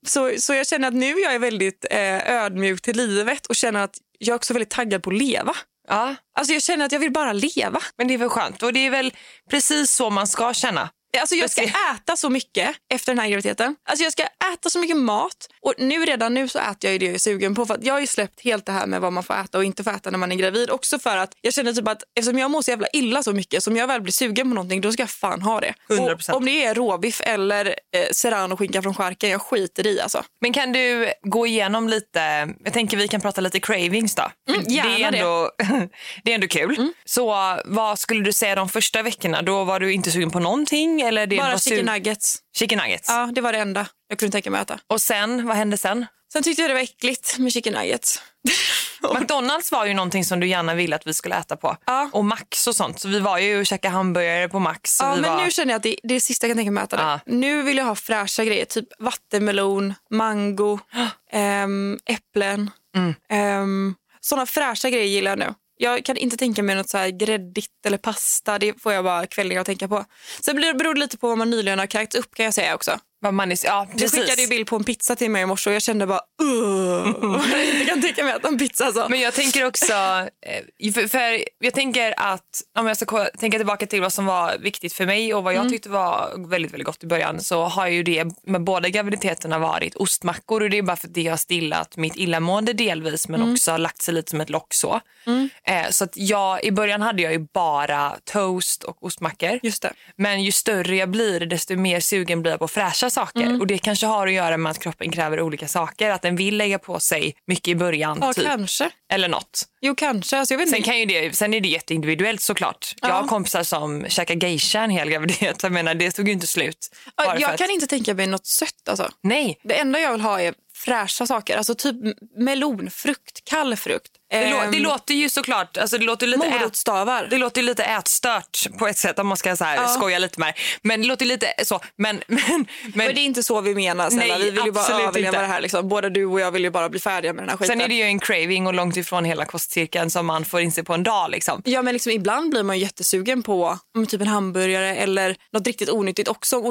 så jag känner att nu jag är väldigt ödmjuk till livet och känner att jag är också väldigt taggad på att leva. Ja. Alltså jag känner att jag vill bara leva. Men det är väl skönt. Och det är väl precis så man ska känna. Alltså jag ska äta så mycket efter den här graviditeten. Alltså jag ska äta så mycket mat. Och redan nu så äter jag ju det jag är sugen på. För att jag har ju släppt helt det här med vad man får äta och inte får äta när man är gravid. Också för att jag känner typ att eftersom jag mår så jävla illa så mycket, som jag väl blir sugen på någonting, då ska jag fan ha det. 100%. Och om det är råbiff eller serrano-skinka från Charken, jag skiter i alltså. Men kan du gå igenom lite, jag tänker vi kan prata lite cravings då. Gärna det är ändå kul. Så vad skulle du säga de första veckorna? Då var du inte sugen på någonting? Eller det bara var chicken nuggets. Chicken nuggets? Ja, det var det enda jag kunde tänka mig att äta. Och sen, vad hände sen? Sen tyckte jag det var äckligt med chicken nuggets. McDonald's var ju någonting som du gärna ville att vi skulle äta på. Ja. Och Max och sånt. Så vi var ju och käkade hamburgare på Max. Ja, men nu känner jag att det är det sista jag kan tänka mig att äta det. Ja. Nu vill jag ha fräscha grejer. Typ vattenmelon, mango, äpplen. Sådana fräscha grejer gillar jag nu. Jag kan inte tänka mig något så här gräddigt eller pasta. Det får jag bara kvällingar att tänka på. Sen beror det lite på vad man nyligen har kräkt upp, kan jag säga också. Ja, du skickade ju bild på en pizza till mig i morse och jag kände bara jag inte kan tänka mig att en pizza så. Men jag tänker också för jag tänker att om jag ska tänka tillbaka till vad som var viktigt för mig och vad jag tyckte var väldigt, väldigt gott i början, så har ju det med båda graviditeterna varit ostmackor, och det är bara för att det har stillat mitt illamående delvis, men också har lagt sig lite som ett lock så. Så att i början hade jag ju bara toast och ostmackor. Just det. Men ju större jag blir, desto mer sugen blir jag på fräscha saker. Och det kanske har att göra med att kroppen kräver olika saker. Att den vill lägga på sig mycket i början. Ja, typ. Kanske. Eller något. Jo, kanske. Alltså, jag vet inte. Sen är det jätteindividuellt såklart. Jag har kompisar som käkar geisha en hel graviditet. Jag menar, det tog ju inte slut. Jag kan inte tänka mig något sött alltså. Nej. Det enda jag vill ha är fräscha saker. Alltså typ melonfrukt, kall frukt. Det låter ju såklart, alltså det låter lite morotstavar. Det låter lite ätstört på ett sätt om man ska så här skoja lite med. Men det låter lite så, men det är inte så vi menar. Nej, vi vill ju bara överleva det här liksom. Både du och jag vill ju bara bli färdiga med den här skiten. Sen är det ju en craving och långt ifrån hela kostcirkeln som man får inse på en dag liksom. Ja, men liksom ibland blir man ju jättesugen på typ en hamburgare eller något riktigt onyttigt också, och då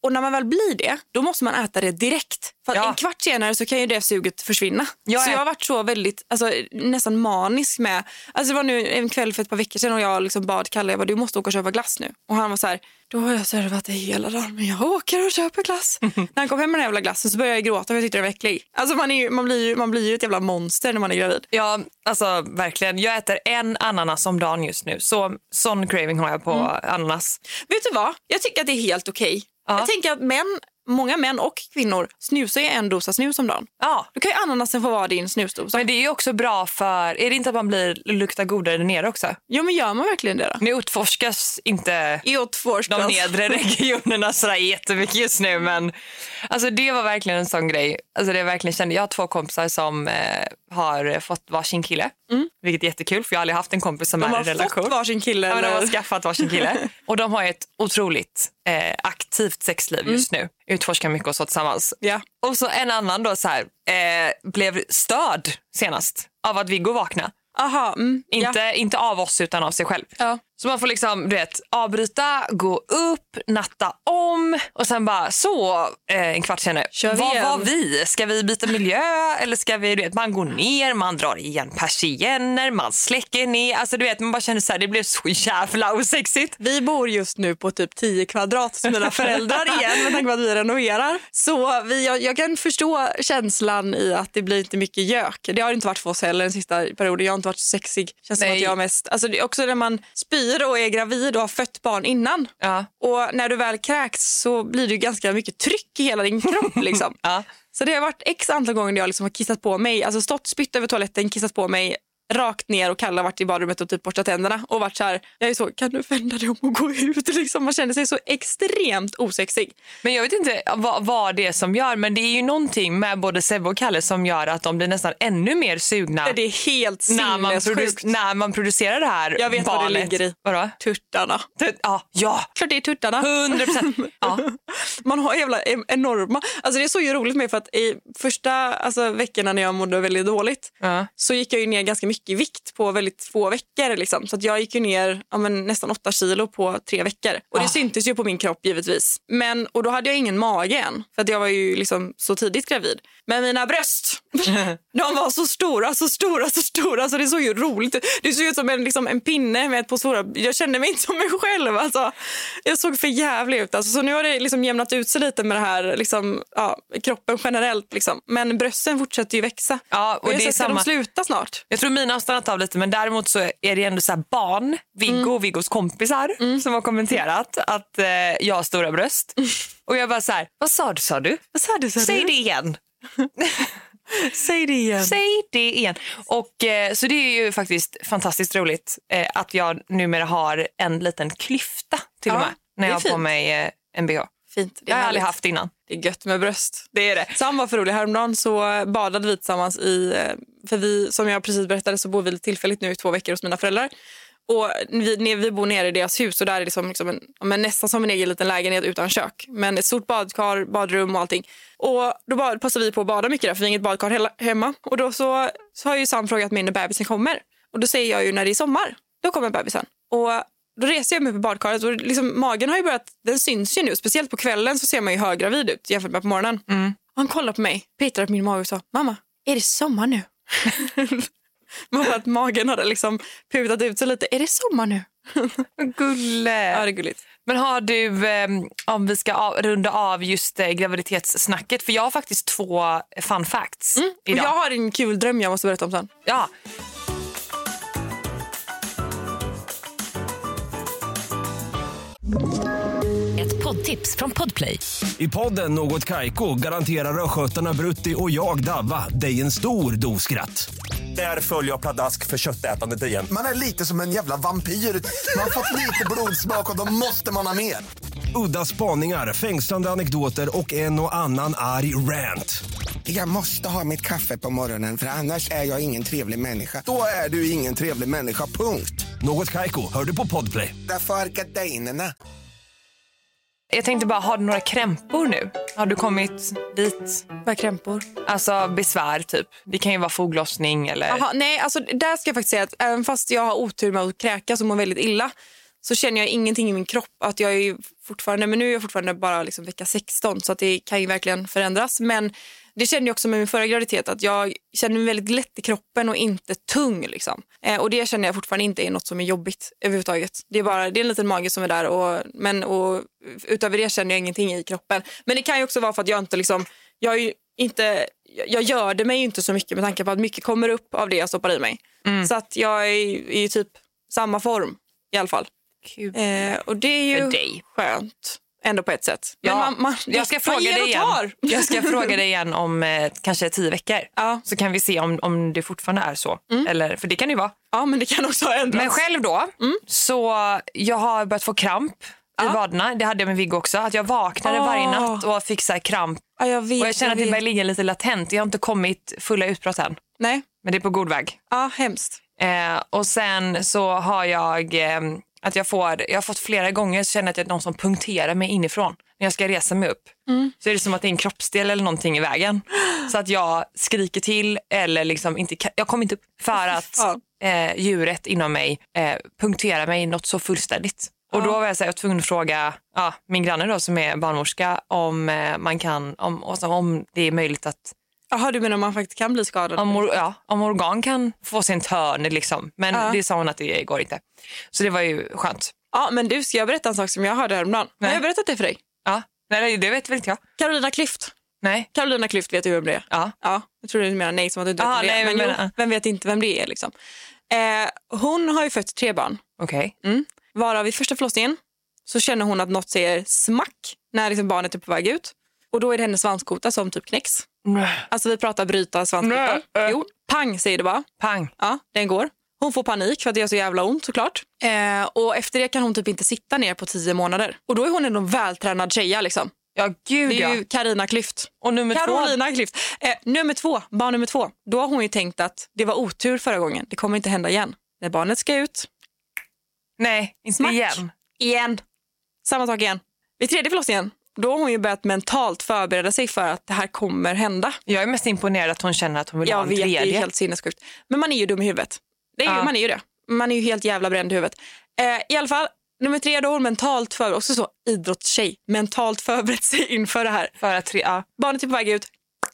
Och när man väl blir det, då måste man äta det direkt. För att en kvart senare så kan ju det suget försvinna. Så jag har varit så väldigt, alltså, nästan manisk med. Alltså det var nu en kväll för ett par veckor sedan och jag liksom bad Kalle, jag bara, du måste åka och köpa glass nu. Och han var så här, då har jag servat det hela dagen, men jag åker och köper glass. När han kom hem med den jävla glassen så började jag gråta för jag tyckte det var äcklig. Alltså man blir ju ett jävla monster när man är gravid. Ja, alltså verkligen. Jag äter en ananas om dagen just nu. Sån craving har jag på ananas. Vet du vad? Jag tycker att det är helt okej. Jag tänker att många män och kvinnor snusar ju en dosa snus om dagen. Ja. Då kan ju ananasen få vara din snusdosa. Men det är ju också bra för, är det inte att man luktar godare där nere också? Ja, men gör man verkligen det då? Nu utforskas inte de nedre regionerna så jättemycket just nu, men alltså det var verkligen en sån grej. Alltså det är verkligen kände. Jag har 2 kompisar som har fått varsin kille, vilket är jättekul för jag har aldrig haft en kompis som är i relation. De har fått varsin kille? Ja, de har skaffat varsin kille. Och de har ett otroligt aktivt sexliv just nu. Utforskar mycket och så tillsammans. Ja. Och så en annan då så här, blev störd senast av att Viggo vakna. Aha, Inte av oss utan av sig själv. Ja. Så man får liksom, du vet, avbryta, gå upp, natta om och sen bara en kvart senare. Vad var vi? Ska vi byta miljö eller ska vi, du vet, man går ner, man drar igen persienner, man släcker ner. Alltså du vet, man bara känner så här, det blev så jävla osexigt. Vi bor just nu på typ 10 kvadrat hos mina föräldrar igen med tanke på att vi renoverar. Så jag kan förstå känslan i att det blir inte mycket gök. Det har inte varit för oss heller den sista perioden. Jag har inte varit så sexig. Känns som att jag mest, alltså det är också när man spyr och är gravid och har fött barn innan. Ja. Och när du väl kräks så blir det ju ganska mycket tryck i hela din kropp liksom. Ja. Så det har varit x antal gånger jag liksom har kissat på mig. Alltså stått, spytt över toaletten, kissat på mig rakt ner och Kalle har varit i badrummet och typ borstat tänderna och varit så här, jag är så, kan du vända dig om och gå ut liksom, man känner sig så extremt osexig. Men jag vet inte vad det är som gör, men det är ju någonting med både Sebbe och Kalle som gör att de blir nästan ännu mer sugna. Det är helt sinnessjukt. När man producerar det här. Jag vet barnet. vad det ligger i. Vadå? Tuttarna. Ja. Klart det är tuttarna. 100%. Ja. Man har jävla enorma, alltså det är så ju roligt med för att i första veckorna när jag mådde väldigt dåligt så gick jag ju ner ganska mycket i vikt på väldigt få veckor liksom. Så att jag gick ju ner nästan 8 kilo på 3 veckor. Och det syntes ju på min kropp givetvis. Och då hade jag ingen mage än. För att jag var ju liksom så tidigt gravid. Men mina bröst, de var så stora. Så det såg ju roligt ut. Det såg ut som en pinne med ett par stora. Jag kände mig inte som mig själv. Alltså. Jag såg för jävligt ut. Alltså. Så nu har det liksom jämnat ut sig lite med det här liksom, kroppen generellt. Liksom. Men brösten fortsätter ju växa. Ja, och det är samma. De sluta snart. Jag tror mina har stannat av lite, men däremot så är det ändå så här barn, Viggo och Viggos kompisar som har kommenterat att jag har stora bröst. Och jag bara så här, vad sa du? Säg det igen. Säg det igen. Och så det är ju faktiskt fantastiskt roligt att jag numera har en liten klyfta till och med när jag har på mig en BH. Fint. Det har jag aldrig haft innan. Det är gött med bröst. Det är det. Sam var för rolig. Häromdagen så badade vi tillsammans för vi, som jag precis berättade, så bor vi tillfälligt nu i 2 veckor hos mina föräldrar. Och vi bor nere i deras hus och där är det liksom nästan som en egen liten lägenhet utan kök. Men ett stort badkar, badrum och allting. Och då passar vi på att bada mycket där för vi har inget badkar hemma. Och då så har ju Sam frågat mig när bebisen kommer. Och då säger jag ju när det är sommar, då kommer bebisen. Och då reser jag mig på badkaret och liksom, magen har ju börjat, den syns ju nu. Speciellt på kvällen så ser man ju höggravid ut jämfört med på morgonen. Och han kollade på mig, petade på min mage och sa, mamma, är det sommar nu? Man att magen hade liksom putat ut sig lite. Är det sommar nu? Gulle. Ja, det är gulligt. Men har du, om vi ska runda av just graviditetssnacket, för jag har faktiskt 2 fun facts idag. Och jag har en kul dröm jag måste berätta om sen. Ja. Ett poddtips från Podplay. I podden Något Kaiko garanterar röskötarna Brutti och jag Davva dig en stor doskratt. Där följer jag pladask för köttätandet igen. Man är lite som en jävla vampyr. Man har fått lite blodsmak och då måste man ha mer. Udda spaningar, fängslande anekdoter och en och annan arg rant. Jag måste ha mitt kaffe på morgonen för annars är jag ingen trevlig människa. Då är du ingen trevlig människa, punkt. Något Kaiko, hör du på Podplay. Därför är gardinerna. Jag tänkte bara, har du några krämpor nu? Har du kommit dit? Vad krämpor? Alltså besvär typ. Det kan ju vara foglossning eller... Aha, nej, alltså där ska jag faktiskt säga att även fast jag har otur med att kräkas och mår väldigt illa så känner jag ingenting i min kropp. Att jag är fortfarande, men nu är jag fortfarande bara liksom vecka 16 så att det kan ju verkligen förändras. Men det kände jag också med min förra graviditet att jag känner mig väldigt lätt i kroppen och inte tung liksom. Och det känner jag fortfarande inte är något som är jobbigt överhuvudtaget. Det är en liten mage som är där och utöver det känner jag ingenting i kroppen. Men det kan ju också vara för att jag inte liksom, jag gör det mig inte så mycket med tanke på att mycket kommer upp av det jag stoppar i mig. Så att jag är i typ samma form i alla fall. Och det är ju skönt ändå på ett sätt. Ja, Men jag ska fråga dig igen. Jag ska fråga dig igen om kanske 10 veckor. Ja. Så kan vi se om det fortfarande är så. Eller, för det kan ju vara. Ja, men det kan också ändras. Men själv då, så jag har börjat få kramp i vaderna. Det hade jag med Viggo också. Att jag vaknade varje natt och fick så här kramp. Ja, jag vet, och jag känner att det börjar ligga lite latent. Jag har inte kommit fulla utbrott än. Nej. Men det är på god väg. Ja, hemskt. Och sen så har jag... att jag har fått flera gånger så känner jag att det är någon som punkterar mig inifrån när jag ska resa mig upp. Så är det som att det är en kroppsdel eller någonting i vägen. Så att jag skriker till eller liksom inte, jag kommer inte upp för att djuret inom mig punkterar mig något så fullständigt. Och då var jag tvungen att fråga min granne då som är barnmorska om man kan, om det är möjligt att Jaha, du menar om man faktiskt kan bli skadad? Om organ kan få sin törn liksom. Men det sa hon att det går inte. Så det var ju skönt. Ja, men du, ska jag berätta en sak som jag hörde häromdagen? Har jag berättat det för dig? Ja, nej det vet väl inte jag. Carolina Klüft. Nej. Carolina Klüft, vet du vem det är? Ja. Jag tror du menar nej som att du inte vet vem det är. Men vem vet inte vem det är liksom. Hon har ju fött 3 barn. Okej. Varav vid första förlossningen så känner hon att något säger smack när liksom barnet är på väg ut. Och då är det hennes svanskota som typ knäcks. Alltså vi pratar bryta svanskotan. Jo, pang säger det bara. Pang. Ja, den går. Hon får panik för att det gör så jävla ont såklart. Och efter det kan hon typ inte sitta ner på 10 månader. Och då är hon en vältränad tjeja liksom. Ja, gud. Det är ju Carolina Klüft. Och Carolina Klüft. Barn nummer 2. Då har hon ju tänkt att det var otur förra gången. Det kommer inte hända igen. När barnet ska ut. Nej, inte smack. Igen. Samma sak igen. Vid 3:e förlossningen. Då har hon ju börjat mentalt förbereda sig för att det här kommer hända. Jag är mest imponerad att hon känner att hon vill ha en tredje. Jag vet, det är helt sinnessjukt. Men man är ju dum i huvudet. Man är ju det. Man är ju helt jävla bränd i huvudet. I alla fall, nummer 3, då har hon mentalt förberett, också så idrottstjej, mentalt förberett sig inför det här. För att barnet är på väg ut.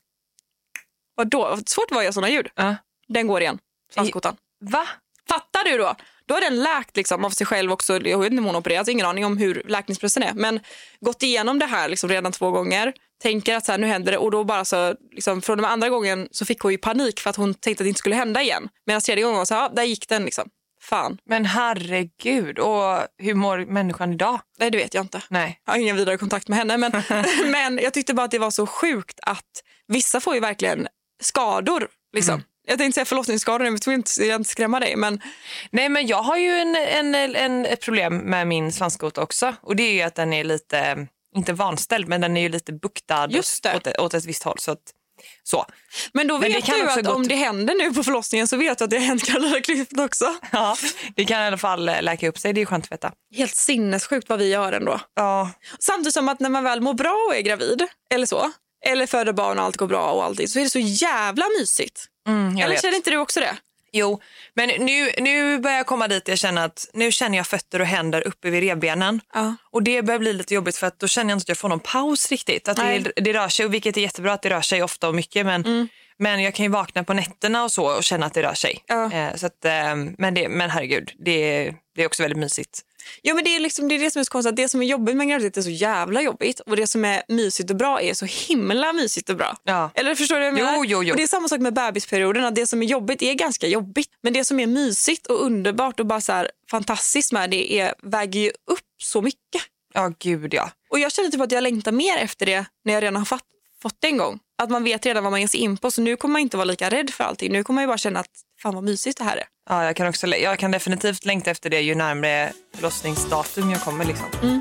Vadå? Svårt var jag sådana ljud. Den går igen. Svanskotan. Va? Fattar du då? Då har den läkt liksom av sig själv också. Jag vet inte om hon opererat, ingen aning om hur läkningsprocessen är. Men gått igenom det här liksom redan 2 gånger. Tänker att så här, nu händer det. Och då bara så, liksom, från den andra gången så fick hon ju panik för att hon tänkte att det inte skulle hända igen. Medan 3:e gången var så här, där gick den liksom. Fan. Men herregud, och hur mår människan idag? Nej, det vet jag inte. Nej. Jag har ingen vidare kontakt med henne. Men, men jag tyckte bara att det var så sjukt att vissa får ju verkligen skador liksom. Jag tänkte säga förlossningsskador, jag vill inte skrämma dig. Men... Nej, men jag har ju ett problem med min svanskota också. Och det är ju att den är lite, inte vanställd, men den är ju lite buktad åt ett visst håll. Så. Men då vet du att om det händer nu på förlossningen så vet du att det har hänt Carolina Klüft också. Ja, det kan i alla fall läka upp sig, det är skönt att veta. Helt sinnessjukt vad vi gör ändå. Ja. Samtidigt som att när man väl mår bra och är gravid, eller så, eller föder barn och allt går bra och allting, så är det så jävla mysigt. Eller känner inte du också det? Jo, men nu börjar jag komma dit. Jag känner att nu känner jag fötter och händer uppe vid revbenen. Och det börjar bli lite jobbigt för att då känner jag inte att jag får någon paus riktigt. Att det rör sig, vilket är jättebra att det rör sig ofta och mycket. Men jag kan ju vakna på nätterna och så och känna att det rör sig. Så att, men herregud, det är också väldigt mysigt. Ja, men det är det som är så konstigt. Det som är jobbigt med graviditet är så jävla jobbigt. Och det som är mysigt och bra är så himla mysigt och bra. Ja. Eller förstår du vad jag menar? Jo. Och det är samma sak med bebisperioden. Att det som är jobbigt är ganska jobbigt. Men det som är mysigt och underbart och bara så här fantastiskt med det väger ju upp så mycket. Ja, gud ja. Och jag känner typ att jag längtar mer efter det när jag redan har fått det en gång. Att man vet redan vad man ger sig in på. Så nu kommer man inte vara lika rädd för allting. Nu kommer man ju bara känna att fan vad mysigt det här är. Ja, jag kan definitivt längta efter det ju närmare förlossningsdatum jag kommer liksom.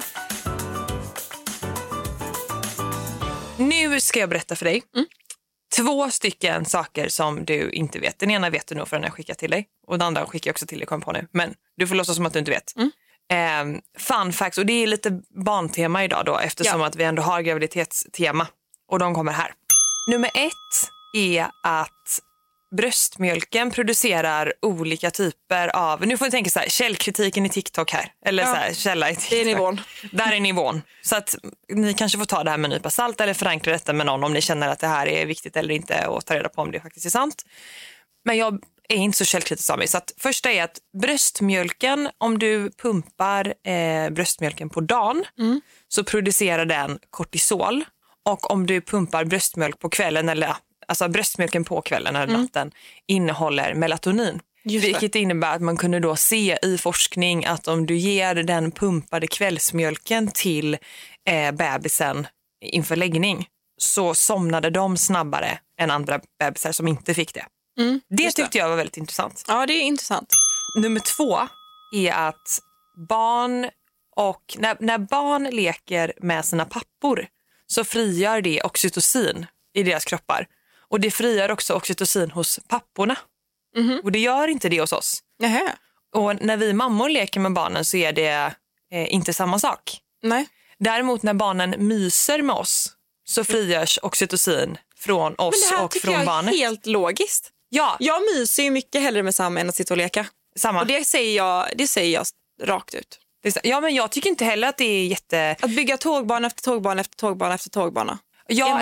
Nu ska jag berätta för dig 2 stycken saker som du inte vet. Den ena vet du nog för den jag skickar till dig. Och den andra skickar jag också till dig, kom på nu. Men du får låtsas som att du inte vet. Fun facts, och det är lite barntema idag då. Eftersom att vi ändå har graviditetstema. Och de kommer här. Nummer 1 är att bröstmjölken producerar olika typer av, nu får ni tänka så här, källkritiken i TikTok här, eller så här, källa i TikTok. Det är nivån. Där är nivån. Så att ni kanske får ta det här med en nypa salt eller förankra detta med någon om ni känner att det här är viktigt eller inte och ta reda på om det faktiskt är sant. Men jag är inte så källkritisk av mig. Så att första är att bröstmjölken, om du pumpar bröstmjölken på dagen så producerar den kortisol. Och om du pumpar bröstmjölk på kvällen eller alltså bröstmjölken på kvällen eller natten innehåller melatonin. Vilket innebär att man kunde då se i forskning att om du ger den pumpade kvällsmjölken till bebisen inför läggning så somnade de snabbare än andra bebisar som inte fick det. Det tyckte jag var väldigt intressant. Ja, det är intressant. Nummer 2 är att barn och när barn leker med sina pappor så frigör det oxytocin i deras kroppar. Och det frigör också oxytocin hos papporna. Och det gör inte det hos oss. Nähä. Och när vi mammor leker med barnen så är det inte samma sak. Nej. Däremot när barnen myser med oss så frigörs oxytocin från oss och från barnet. Men det här tycker jag är helt logiskt. Ja. Jag myser ju mycket hellre med Sam än att sitta och leka. Samma. Och det säger jag rakt ut. Ja, men jag tycker inte heller att det är jätte... Att bygga tågbana efter tågbana efter tågbana efter tågbana. Ja,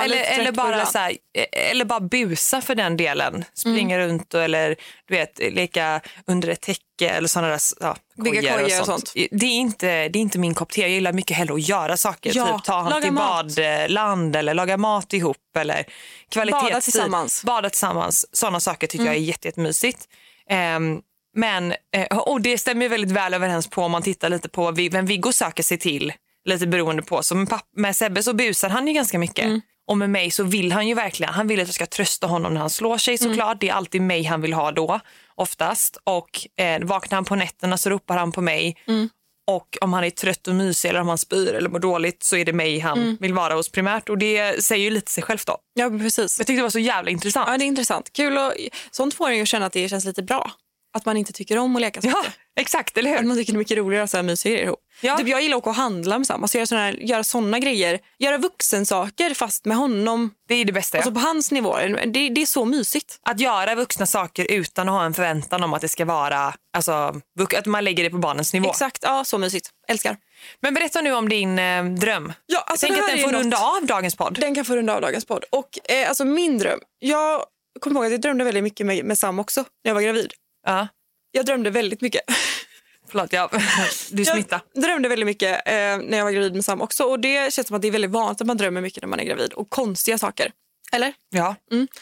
eller bara busa för den delen. Springa runt eller du vet, leka under ett täcke eller sådana där bygga kojor och sånt. Det är inte min kopp te. Jag gillar mycket hellre att göra saker. Ja, typ ta hand till badland eller laga mat ihop eller kvalitetstid. Bada tillsammans. Sådana saker tycker jag är jättemysigt. Men och det stämmer väldigt väl överens på om man tittar lite på vem Viggo söker sig till. Lite beroende på. Så med Sebbe så busar han ju ganska mycket. Och med mig så vill han ju verkligen. Han vill att jag ska trösta honom när han slår sig såklart. Det är alltid mig han vill ha då. Oftast. Och vaknar han på nätterna så ropar han på mig. Och om han är trött och mysig eller om han spyr eller mår dåligt så är det mig han vill vara hos primärt. Och det säger ju lite sig själv då. Ja, precis. Jag tyckte det var så jävla intressant. Ja, det är intressant. Kul och sånt får en ju att känna att det känns lite bra. Att man inte tycker om att leka så mycket. Exakt, eller hur? Att man tycker det är mycket roligare att så här mysiga grejer ihop. Ja. Typ jag gillar att handla med samma. Så göra såna grejer. Göra vuxensaker fast med honom. Det är det bästa. Alltså på hans nivå. Det är så mysigt. Att göra vuxna saker utan att ha en förväntan om att det ska vara... Alltså, att man lägger det på barnens nivå. Exakt, ja, så mysigt. Älskar. Men berätta nu om din dröm. Ja, alltså tänk att den får runda av dagens podd. Den kan få runda av dagens podd. Och alltså min dröm. Jag kommer ihåg att jag drömde väldigt mycket med Sam också när jag var gravid. Ja. Jag drömde väldigt mycket. Förlåt, du smittar. Jag drömde väldigt mycket när jag var gravid med Sam också. Och det känns som att det är väldigt vanligt att man drömmer mycket när man är gravid. Och konstiga saker. Eller? Ja.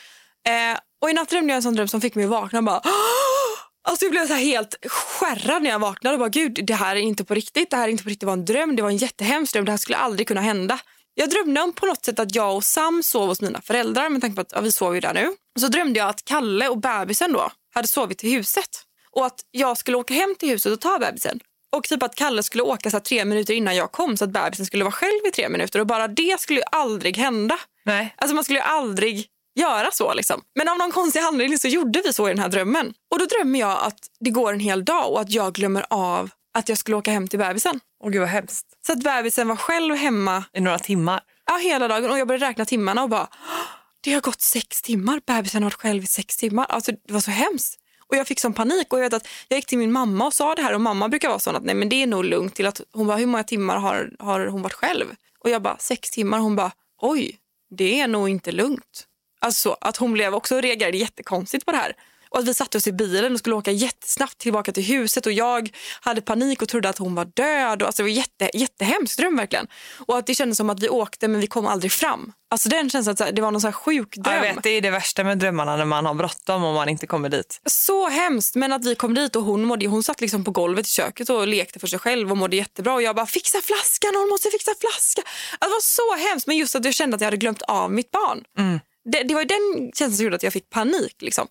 Och i natt drömde jag en sån dröm som fick mig att vakna och bara... Alltså jag blev så här helt skärrad när jag vaknade. Och bara, gud, det här är inte på riktigt. Det här är inte på riktigt, det var en dröm. Det var en jättehemsk dröm. Det här skulle aldrig kunna hända. Jag drömde om på något sätt att jag och Sam sov hos mina föräldrar. Men tanke på att vi sov ju där nu. Och så drömde jag att Kalle och bebisen då hade sovit i huset. Och att jag skulle åka hem till huset och ta bebisen. Och typ att Kalle skulle åka så här 3 minuter innan jag kom. Så att bebisen skulle vara själv i 3 minuter. Och bara det skulle ju aldrig hända. Nej. Alltså man skulle ju aldrig göra så liksom. Men av någon konstig anledning så gjorde vi så i den här drömmen. Och då drömmer jag att det går en hel dag. Och att jag glömmer av att jag skulle åka hem till bebisen. Åh gud vad hemskt. Så att bebisen var själv hemma. I några timmar. Ja, hela dagen. Och jag började räkna timmarna och bara... Det har gått 6 timmar. Bebisen har varit själv i 6 timmar. Alltså det var så hemskt. Och jag fick sån panik och jag vet att jag gick till min mamma och sa det här och mamma brukar vara sån att nej men det är nog lugnt till att hon bara hur många timmar har hon varit själv? Och jag bara 6 timmar hon bara oj det är nog inte lugnt. Alltså att hon blev också reagerade jättekonstigt på det här. Och att vi satte oss i bilen och skulle åka jättesnabbt tillbaka till huset och jag hade panik och trodde att hon var död. Och alltså det var jättehemskt dröm verkligen. Och att det kändes som att vi åkte men vi kom aldrig fram. Alltså den känns att det var någon så här sjuk dröm. Jag vet, det är det värsta med drömmarna när man har bråttom och man inte kommer dit. Så hemskt, men att vi kom dit och hon satt liksom på golvet i köket och lekte för sig själv och mådde jättebra. Och jag bara, fixa flaskan, hon måste fixa flaskan. Alltså, det var så hemskt, men just att jag kände att jag hade glömt av mitt barn. Det var den känslan som gjorde att jag fick panik liksom.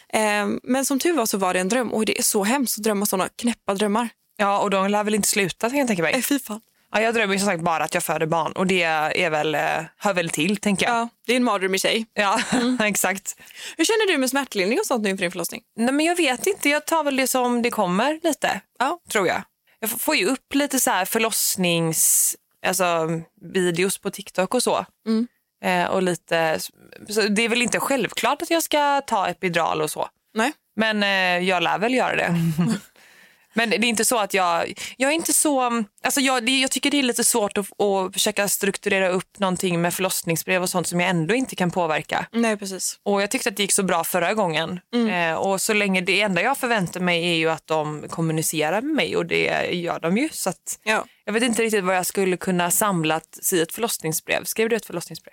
Men som tur var så var det en dröm och det är så hemskt att drömma sådana knäppa drömmar. Ja, och de lär väl inte sluta kan jag tänka mig. Fy fan. Ja, jag drömmer ju som sagt bara att jag föder barn och det är väl, hör väl till tänker jag. Ja, det är en mardröm i sig. Ja, exakt. Hur känner du med smärtlindring och sånt nu inför din förlossning? Nej men jag vet inte, jag tar väl det som det kommer lite, tror jag. Jag får ju upp lite så här videos på TikTok och så. Och lite, så det är väl inte självklart att jag ska ta epidural och så. Nej. Men jag lär väl göra det. Men det är inte så att jag är inte så... Alltså jag tycker det är lite svårt att försöka strukturera upp någonting med förlossningsbrev och sånt som jag ändå inte kan påverka. Nej, precis. Och jag tyckte att det gick så bra förra gången. Och så länge det enda jag förväntar mig är ju att de kommunicerar med mig, och det gör de ju. Så att jag vet inte riktigt vad jag skulle kunna samla i ett förlossningsbrev. Skrev du ett förlossningsbrev?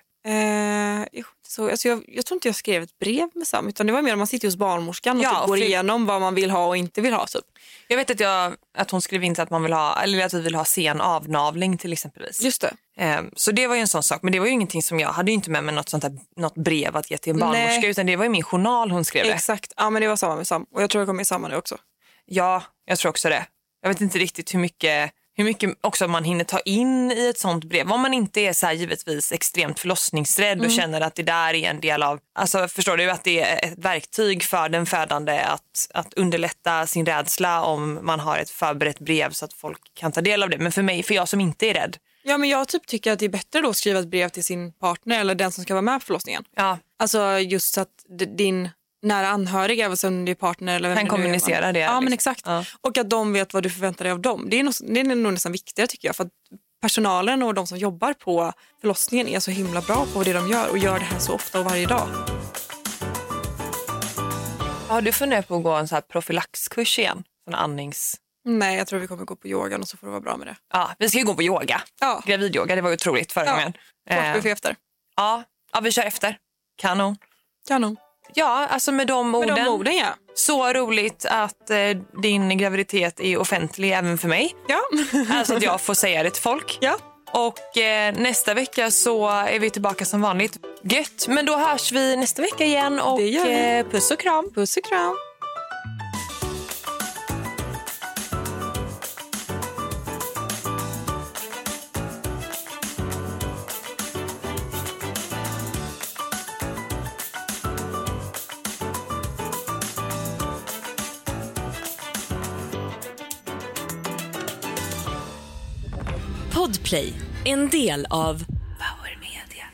Jag tror inte jag skrev ett brev med Sam, utan det var mer att man sitter hos barnmorskan och typ går igenom vad man vill ha och inte vill ha. Typ. Jag vet att hon skrev in att man vill ha, eller att vi vill ha sen avnavling till exempelvis. Just det. Så det var ju en sån sak, men det var ju ingenting som jag hade ju inte med mig något brev att ge till en barnmorska, utan det var ju min journal hon skrev det. Exakt, ja, men det var samma med Sam, och jag tror jag kommer med samma det också. Ja, jag tror också det. Jag vet inte riktigt hur mycket också man hinner ta in i ett sånt brev. Om man inte är så här, givetvis extremt förlossningsrädd och känner att det där är en del av... Alltså förstår du att det är ett verktyg för den födande att underlätta sin rädsla om man har ett förberett brev så att folk kan ta del av det. Men för jag som inte är rädd. Ja, men jag typ tycker att det är bättre då att skriva ett brev till sin partner eller den som ska vara med på förlossningen. Ja. Alltså just så att din nära anhöriga, alltså om det är partner eller vem kan kommunicera det. Ja, liksom. men exakt. Ja. Och att de vet vad du förväntar dig av dem. Det är nog nästan viktigare tycker jag, för att personalen och de som jobbar på förlossningen är så himla bra på det de gör och gör det här så ofta och varje dag. Har du funderat på att gå en så här profylaxkurs igen? Sån andnings... Nej, jag tror vi kommer gå på yogan och så får det vara bra med det. Ja, vi ska ju gå på yoga. Ja. Gravidyoga, det var ju otroligt förra gången. Buffé efter. Ja, vi kör efter. Kanon. Ja, alltså med de orden, ja. Så roligt att din graviditet är offentlig även för mig. Ja. Alltså att jag får säga det till folk. Ja. Och nästa vecka så är vi tillbaka som vanligt. Gött, men då hörs vi nästa vecka igen och puss och kram. Puss och kram. Podplay, en del av Power Media.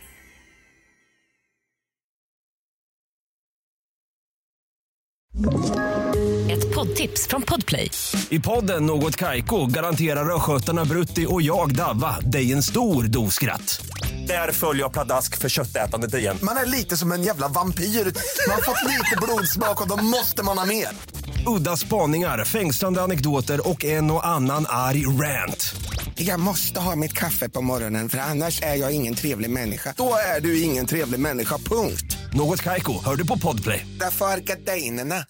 Ett poddtips från Podplay. I podden Något Kaiko garanterar röskötarna Brutti och jag Davva dig en stor doskratt. Där följer jag pladask för köttätandet igen. Man är lite som en jävla vampyr. Man har fått lite blodsmak och då måste man ha mer. Udda spaningar, fängslande anekdoter och en och annan arg rant. Jag måste ha mitt kaffe på morgonen, för annars är jag ingen trevlig människa. Då är du ingen trevlig människa, punkt. Något Kaiko, hör du på Podplay. Därför är gardinerna.